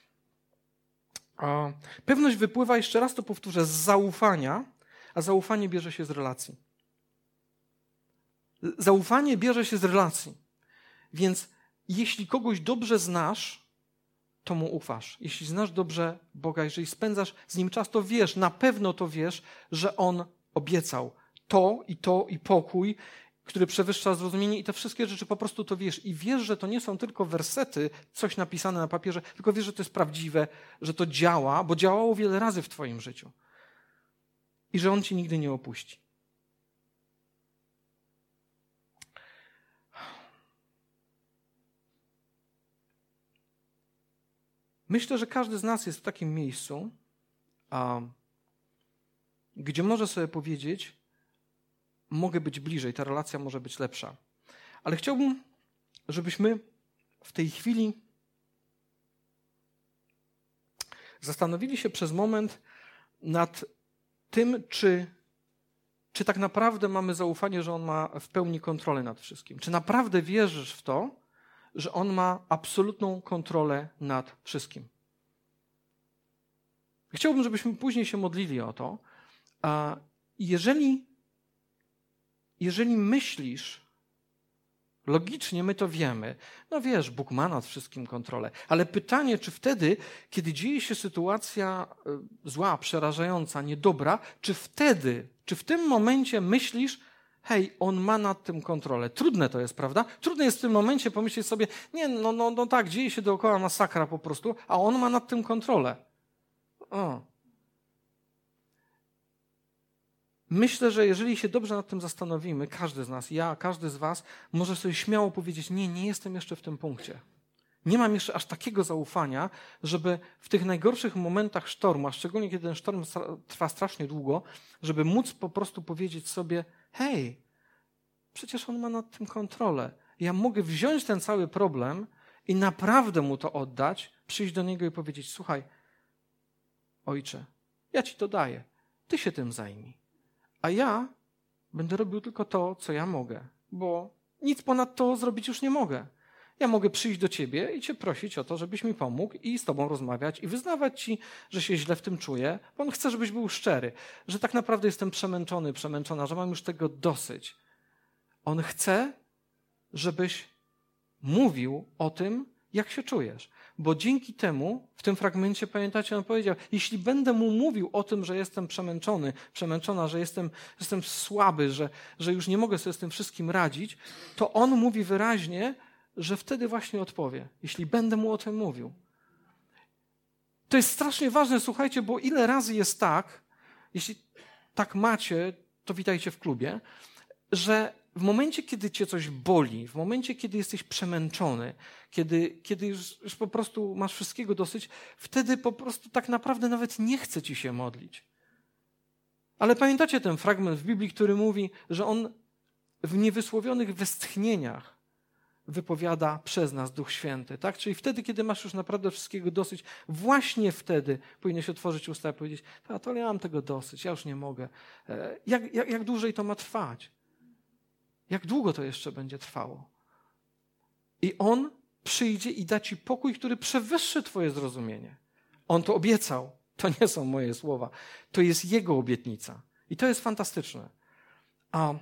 Pewność wypływa, jeszcze raz to powtórzę, z zaufania, a zaufanie bierze się z relacji. Zaufanie bierze się z relacji. Więc jeśli kogoś dobrze znasz, to mu ufasz. Jeśli znasz dobrze Boga, jeżeli spędzasz z Nim czas, to wiesz, na pewno to wiesz, że On obiecał to i pokój, który przewyższa zrozumienie i te wszystkie rzeczy po prostu to wiesz. I wiesz, że to nie są tylko wersety, coś napisane na papierze, tylko wiesz, że to jest prawdziwe, że to działa, bo działało wiele razy w Twoim życiu. I że On Cię nigdy nie opuści. Myślę, że każdy z nas jest w takim miejscu, gdzie może sobie powiedzieć, mogę być bliżej, ta relacja może być lepsza. Ale chciałbym, żebyśmy w tej chwili zastanowili się przez moment nad tym, czy tak naprawdę mamy zaufanie, że On ma w pełni kontrolę nad wszystkim. Czy naprawdę wierzysz w to, że On ma absolutną kontrolę nad wszystkim. Chciałbym, żebyśmy później się modlili o to. Jeżeli myślisz, logicznie my to wiemy, no wiesz, Bóg ma nad wszystkim kontrolę, ale pytanie, czy wtedy, kiedy dzieje się sytuacja zła, przerażająca, niedobra, czy w tym momencie myślisz, hej, On ma nad tym kontrolę. Trudne to jest, prawda? Trudno jest w tym momencie pomyśleć sobie, nie, no tak, dzieje się dookoła masakra po prostu, a On ma nad tym kontrolę. Myślę, że jeżeli się dobrze nad tym zastanowimy, każdy z nas, ja, każdy z was, może sobie śmiało powiedzieć, nie jestem jeszcze w tym punkcie. Nie mam jeszcze aż takiego zaufania, żeby w tych najgorszych momentach sztormu, a szczególnie kiedy ten sztorm trwa strasznie długo, żeby móc po prostu powiedzieć sobie, hej, przecież On ma nad tym kontrolę. Ja mogę wziąć ten cały problem i naprawdę Mu to oddać, przyjść do Niego i powiedzieć, słuchaj, Ojcze, ja Ci to daję, Ty się tym zajmij. A ja będę robił tylko to, co ja mogę, bo nic ponad to zrobić już nie mogę. Ja mogę przyjść do Ciebie i Cię prosić o to, żebyś mi pomógł i z Tobą rozmawiać i wyznawać Ci, że się źle w tym czuję, bo On chce, żebyś był szczery, że tak naprawdę jestem przemęczona, że mam już tego dosyć. On chce, żebyś mówił o tym, jak się czujesz. Bo dzięki temu, w tym fragmencie, pamiętacie, On powiedział, jeśli będę Mu mówił o tym, że jestem przemęczona, że jestem słaby, że już nie mogę sobie z tym wszystkim radzić, to On mówi wyraźnie, że wtedy właśnie odpowie, jeśli będę Mu o tym mówił. To jest strasznie ważne, słuchajcie, bo ile razy jest tak, jeśli tak macie, to witajcie w klubie, że w momencie, kiedy cię coś boli, w momencie, kiedy jesteś przemęczony, kiedy już po prostu masz wszystkiego dosyć, wtedy po prostu tak naprawdę nawet nie chce ci się modlić. Ale pamiętacie ten fragment w Biblii, który mówi, że on w niewysłowionych westchnieniach wypowiada przez nas Duch Święty, tak? Czyli wtedy, kiedy masz już naprawdę wszystkiego dosyć, właśnie wtedy powinieneś otworzyć usta i powiedzieć, to ja mam tego dosyć, ja już nie mogę. Jak dłużej to ma trwać? Jak długo to jeszcze będzie trwało? I On przyjdzie i da ci pokój, który przewyższy twoje zrozumienie. On to obiecał. To nie są moje słowa. To jest Jego obietnica. I to jest fantastyczne. A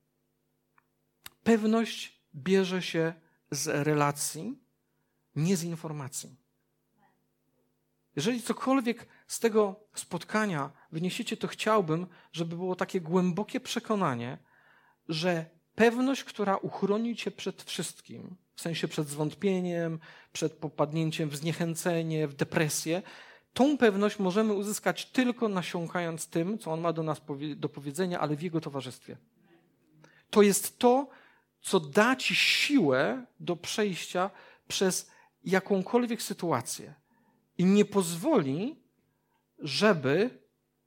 pewność bierze się z relacji, nie z informacji. Jeżeli cokolwiek z tego spotkania wyniesiecie, to chciałbym, żeby było takie głębokie przekonanie, że pewność, która uchroni cię przed wszystkim, w sensie przed zwątpieniem, przed popadnięciem w zniechęcenie, w depresję, tą pewność możemy uzyskać tylko nasiąkając tym, co On ma do nas do powiedzenia, ale w Jego towarzystwie. To jest to, co da ci siłę do przejścia przez jakąkolwiek sytuację i nie pozwoli, żeby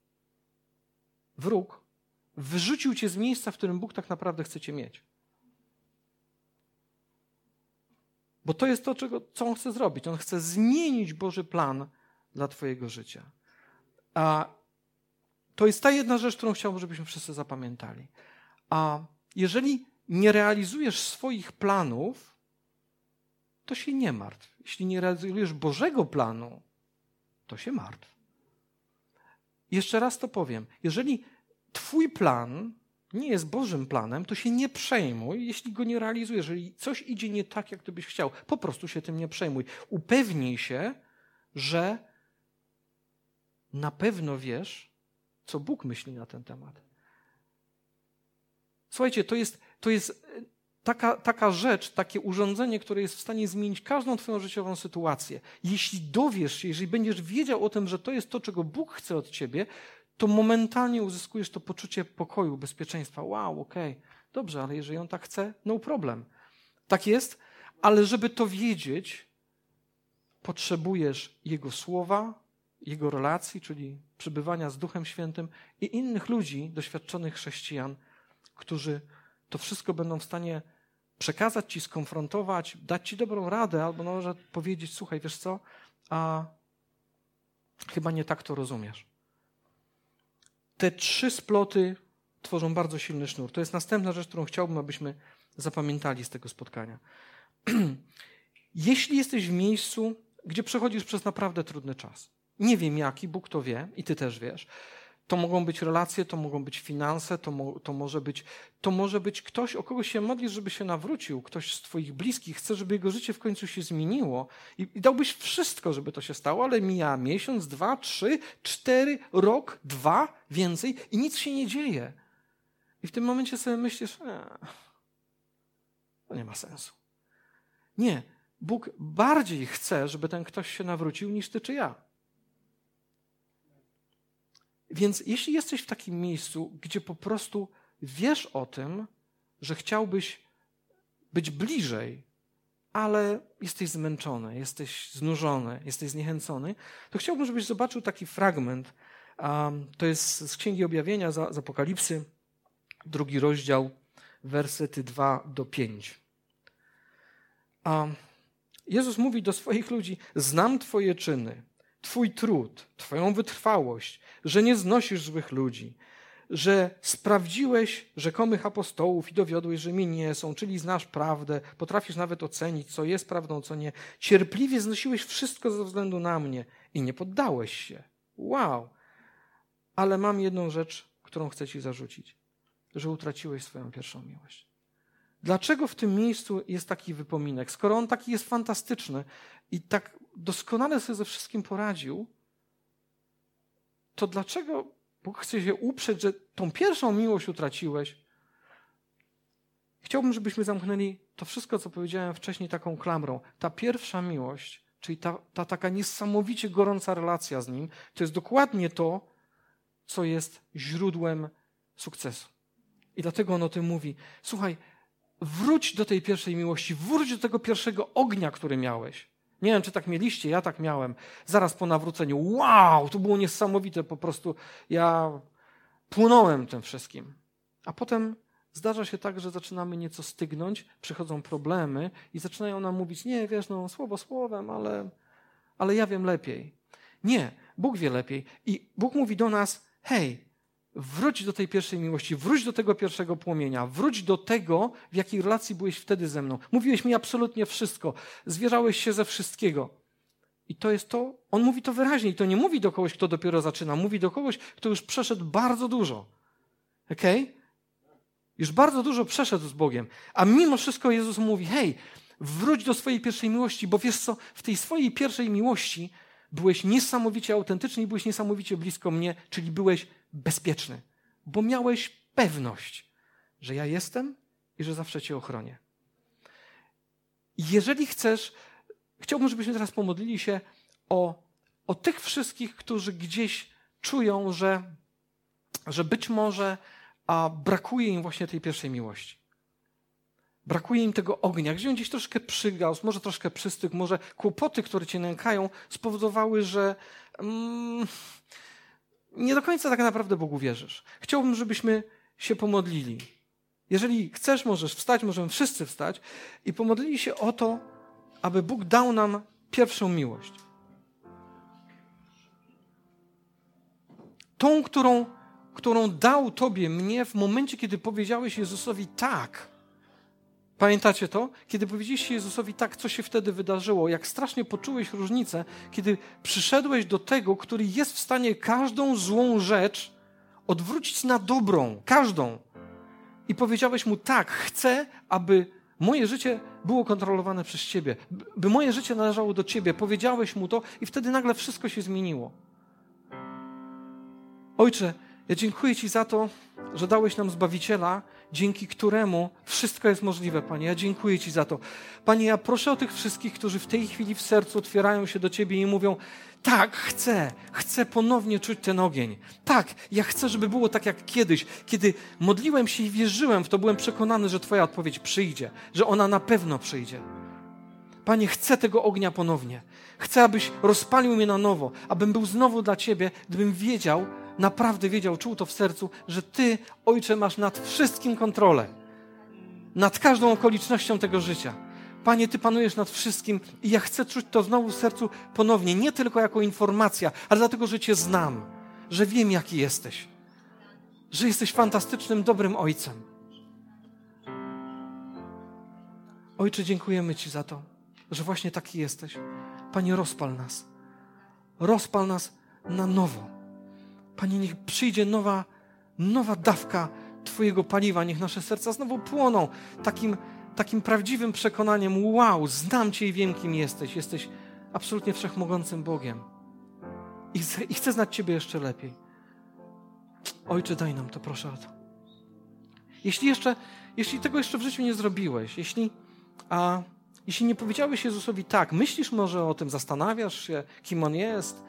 wróg wyrzucił cię z miejsca, w którym Bóg tak naprawdę chce cię mieć. Bo to jest to, co On chce zrobić. On chce zmienić Boży plan dla twojego życia. A to jest ta jedna rzecz, którą chciałbym, żebyśmy wszyscy zapamiętali. A jeżeli nie realizujesz swoich planów, to się nie martw. Jeśli nie realizujesz Bożego planu, to się martw. Jeszcze raz to powiem. Jeżeli twój plan nie jest Bożym planem, to się nie przejmuj, jeśli go nie realizujesz. Jeżeli coś idzie nie tak, jak ty byś chciał, po prostu się tym nie przejmuj. Upewnij się, że na pewno wiesz, co Bóg myśli na ten temat. Słuchajcie, to jest taka rzecz, takie urządzenie, które jest w stanie zmienić każdą twoją życiową sytuację. Jeśli dowiesz się, jeżeli będziesz wiedział o tym, że to jest to, czego Bóg chce od ciebie, to momentalnie uzyskujesz to poczucie pokoju, bezpieczeństwa. Wow, okej, dobrze, ale jeżeli On tak chce, no problem. Tak jest, ale żeby to wiedzieć, potrzebujesz Jego słowa, Jego relacji, czyli przebywania z Duchem Świętym i innych ludzi, doświadczonych chrześcijan, którzy to wszystko będą w stanie przekazać ci, skonfrontować, dać ci dobrą radę, albo może powiedzieć, słuchaj, wiesz co, a chyba nie tak to rozumiesz. Te 3 sploty tworzą bardzo silny sznur. To jest następna rzecz, którą chciałbym, abyśmy zapamiętali z tego spotkania. Jeśli jesteś w miejscu, gdzie przechodzisz przez naprawdę trudny czas, nie wiem jaki, Bóg to wie i ty też wiesz, to mogą być relacje, to mogą być finanse, to może być ktoś, o kogo się modlisz, żeby się nawrócił, ktoś z twoich bliskich chce, żeby jego życie w końcu się zmieniło i dałbyś wszystko, żeby to się stało, ale mija miesiąc, 2, 3, 4, rok, 2, więcej i nic się nie dzieje. I w tym momencie sobie myślisz, to nie ma sensu. Nie, Bóg bardziej chce, żeby ten ktoś się nawrócił niż ty czy ja. Więc jeśli jesteś w takim miejscu, gdzie po prostu wiesz o tym, że chciałbyś być bliżej, ale jesteś zmęczony, jesteś znużony, jesteś zniechęcony, to chciałbym, żebyś zobaczył taki fragment. To jest z Księgi Objawienia, z Apokalipsy, 2 rozdział, wersety 2-5. Jezus mówi do swoich ludzi, znam twoje czyny, twój trud, twoją wytrwałość, że nie znosisz złych ludzi, że sprawdziłeś rzekomych apostołów i dowiodłeś, że mi nie są, czyli znasz prawdę, potrafisz nawet ocenić, co jest prawdą, co nie. Cierpliwie znosiłeś wszystko ze względu na mnie i nie poddałeś się. Wow! Ale mam jedną rzecz, którą chcę ci zarzucić, że utraciłeś swoją pierwszą miłość. Dlaczego w tym miejscu jest taki wypominek? Skoro on taki jest fantastyczny i tak doskonale sobie ze wszystkim poradził, to dlaczego Bóg chce się uprzeć, że tą pierwszą miłość utraciłeś? Chciałbym, żebyśmy zamknęli to wszystko, co powiedziałem wcześniej, taką klamrą. Ta pierwsza miłość, czyli ta taka niesamowicie gorąca relacja z Nim, to jest dokładnie to, co jest źródłem sukcesu. I dlatego on o tym mówi. Słuchaj, wróć do tej pierwszej miłości, wróć do tego pierwszego ognia, który miałeś. Nie wiem, czy tak mieliście, ja tak miałem. Zaraz po nawróceniu, wow, to było niesamowite, po prostu ja płonąłem tym wszystkim. A potem zdarza się tak, że zaczynamy nieco stygnąć, przychodzą problemy i zaczynają nam mówić, nie, wiesz, no słowo słowem, ale ja wiem lepiej. Nie, Bóg wie lepiej. I Bóg mówi do nas, hej, wróć do tej pierwszej miłości, wróć do tego pierwszego płomienia, wróć do tego, w jakiej relacji byłeś wtedy ze mną. Mówiłeś mi absolutnie wszystko, zwierzałeś się ze wszystkiego. I to jest to, on mówi to wyraźnie i to nie mówi do kogoś, kto dopiero zaczyna, mówi do kogoś, kto już przeszedł bardzo dużo. Okej? Już bardzo dużo przeszedł z Bogiem, a mimo wszystko Jezus mówi, hej, wróć do swojej pierwszej miłości, bo wiesz co, w tej swojej pierwszej miłości byłeś niesamowicie autentyczny i byłeś niesamowicie blisko mnie, czyli byłeś bezpieczny, bo miałeś pewność, że ja jestem i że zawsze cię ochronię. Jeżeli chcesz, chciałbym, żebyśmy teraz pomodlili się o tych wszystkich, którzy gdzieś czują, że być może brakuje im właśnie tej pierwszej miłości. Brakuje im tego ognia, gdzie on gdzieś troszkę przygasł, może troszkę przystygł, może kłopoty, które cię nękają, spowodowały, że nie do końca tak naprawdę Bogu wierzysz. Chciałbym, żebyśmy się pomodlili. Jeżeli chcesz, możesz wstać, możemy wszyscy wstać i pomodlili się o to, aby Bóg dał nam pierwszą miłość. Tą, którą dał tobie, mnie w momencie, kiedy powiedziałeś Jezusowi tak. Pamiętacie to? Kiedy powiedzieliście Jezusowi tak, co się wtedy wydarzyło? Jak strasznie poczułeś różnicę, kiedy przyszedłeś do tego, który jest w stanie każdą złą rzecz odwrócić na dobrą. Każdą. I powiedziałeś mu tak, chcę, aby moje życie było kontrolowane przez Ciebie. By moje życie należało do Ciebie. Powiedziałeś mu to i wtedy nagle wszystko się zmieniło. Ojcze, ja dziękuję Ci za to, że dałeś nam Zbawiciela, dzięki któremu wszystko jest możliwe, Panie. Ja dziękuję Ci za to. Panie, ja proszę o tych wszystkich, którzy w tej chwili w sercu otwierają się do Ciebie i mówią, tak, chcę ponownie czuć ten ogień. Tak, ja chcę, żeby było tak jak kiedyś, kiedy modliłem się i wierzyłem w to, byłem przekonany, że Twoja odpowiedź przyjdzie, że ona na pewno przyjdzie. Panie, chcę tego ognia ponownie. Chcę, abyś rozpalił mnie na nowo, abym był znowu dla Ciebie, gdybym wiedział, naprawdę wiedział, czuł to w sercu, że Ty, Ojcze, masz nad wszystkim kontrolę. Nad każdą okolicznością tego życia. Panie, Ty panujesz nad wszystkim i ja chcę czuć to znowu w sercu ponownie. Nie tylko jako informacja, ale dlatego, że Cię znam. Że wiem, jaki jesteś. Że jesteś fantastycznym, dobrym Ojcem. Ojcze, dziękujemy Ci za to, że właśnie taki jesteś. Panie, rozpal nas. Rozpal nas na nowo. Panie, niech przyjdzie nowa dawka Twojego paliwa. Niech nasze serca znowu płoną takim prawdziwym przekonaniem. Wow, znam Cię i wiem, kim jesteś. Jesteś absolutnie wszechmogącym Bogiem. I chcę znać Ciebie jeszcze lepiej. Ojcze, daj nam to, proszę o to. Jeśli tego jeszcze w życiu nie zrobiłeś, jeśli nie powiedziałeś Jezusowi tak, myślisz może o tym, zastanawiasz się, kim On jest,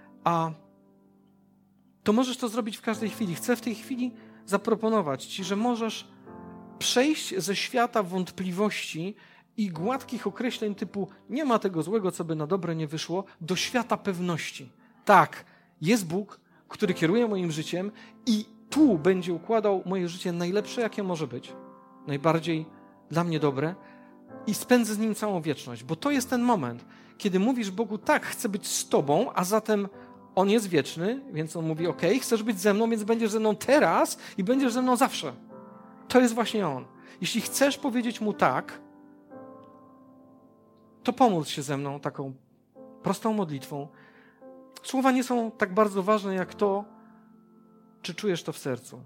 to możesz to zrobić w każdej chwili. Chcę w tej chwili zaproponować Ci, że możesz przejść ze świata wątpliwości i gładkich określeń typu nie ma tego złego, co by na dobre nie wyszło, do świata pewności. Tak, jest Bóg, który kieruje moim życiem i tu będzie układał moje życie najlepsze, jakie może być. Najbardziej dla mnie dobre i spędzę z Nim całą wieczność. Bo to jest ten moment, kiedy mówisz Bogu, tak, chcę być z Tobą, a zatem On jest wieczny, więc On mówi, okej, chcesz być ze mną, więc będziesz ze mną teraz i będziesz ze mną zawsze. To jest właśnie On. Jeśli chcesz powiedzieć Mu tak, to pomódl się ze mną taką prostą modlitwą. Słowa nie są tak bardzo ważne jak to, czy czujesz to w sercu.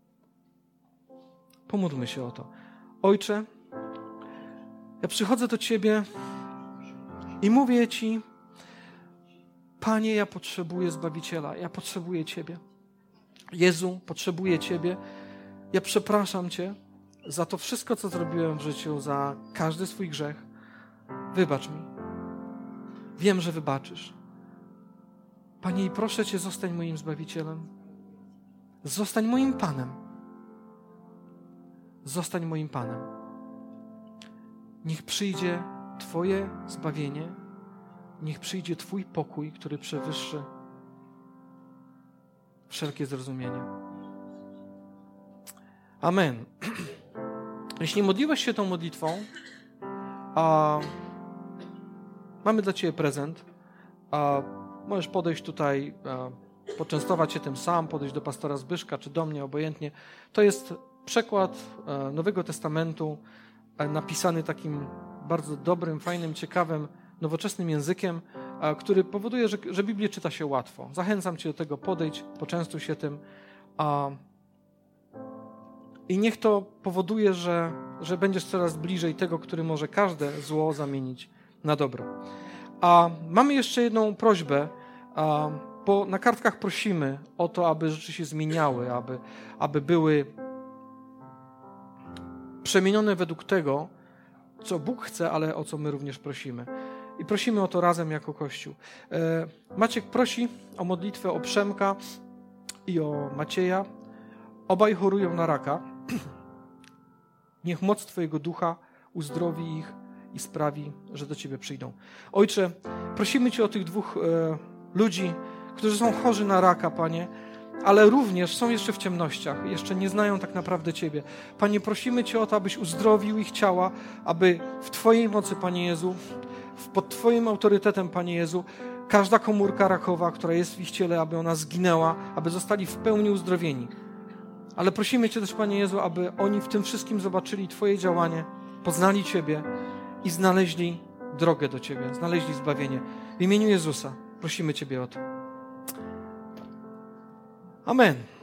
Pomódlmy się o to. Ojcze, ja przychodzę do Ciebie i mówię Ci, Panie, ja potrzebuję Zbawiciela, ja potrzebuję Ciebie. Jezu, potrzebuję Ciebie. Ja przepraszam Cię za to wszystko, co zrobiłem w życiu, za każdy swój grzech. Wybacz mi. Wiem, że wybaczysz. Panie, i proszę Cię, zostań moim Zbawicielem. Zostań moim Panem. zostań moim Panem. Niech przyjdzie Twoje zbawienie, niech przyjdzie Twój pokój, który przewyższy wszelkie zrozumienie. Amen. Jeśli modliłeś się tą modlitwą, mamy dla Ciebie prezent. Możesz podejść tutaj, poczęstować się tym sam, podejść do pastora Zbyszka, czy do mnie, obojętnie. To jest przekład Nowego Testamentu, napisany takim bardzo dobrym, fajnym, ciekawym, nowoczesnym językiem, który powoduje, że Biblię czyta się łatwo. Zachęcam Cię do tego, podejdź, poczęstuj się tym. I niech to powoduje, że będziesz coraz bliżej tego, który może każde zło zamienić na dobro. Mamy jeszcze jedną prośbę, bo na kartkach prosimy o to, aby rzeczy się zmieniały, aby były przemienione według tego, co Bóg chce, ale o co my również prosimy. I prosimy o to razem jako Kościół. Maciek prosi o modlitwę o Przemka i o Macieja. Obaj chorują na raka. Niech moc Twojego ducha uzdrowi ich i sprawi, że do Ciebie przyjdą. Ojcze, prosimy Cię o tych dwóch ludzi, którzy są chorzy na raka, Panie, ale również są jeszcze w ciemnościach, jeszcze nie znają tak naprawdę Ciebie. Panie, prosimy Cię o to, abyś uzdrowił ich ciała, aby w Twojej mocy, Panie Jezu, pod Twoim autorytetem, Panie Jezu, każda komórka rakowa, która jest w ich ciele, aby ona zginęła, aby zostali w pełni uzdrowieni. Ale prosimy Cię też, Panie Jezu, aby oni w tym wszystkim zobaczyli Twoje działanie, poznali Ciebie i znaleźli drogę do Ciebie, znaleźli zbawienie. W imieniu Jezusa prosimy Ciebie o to. Amen.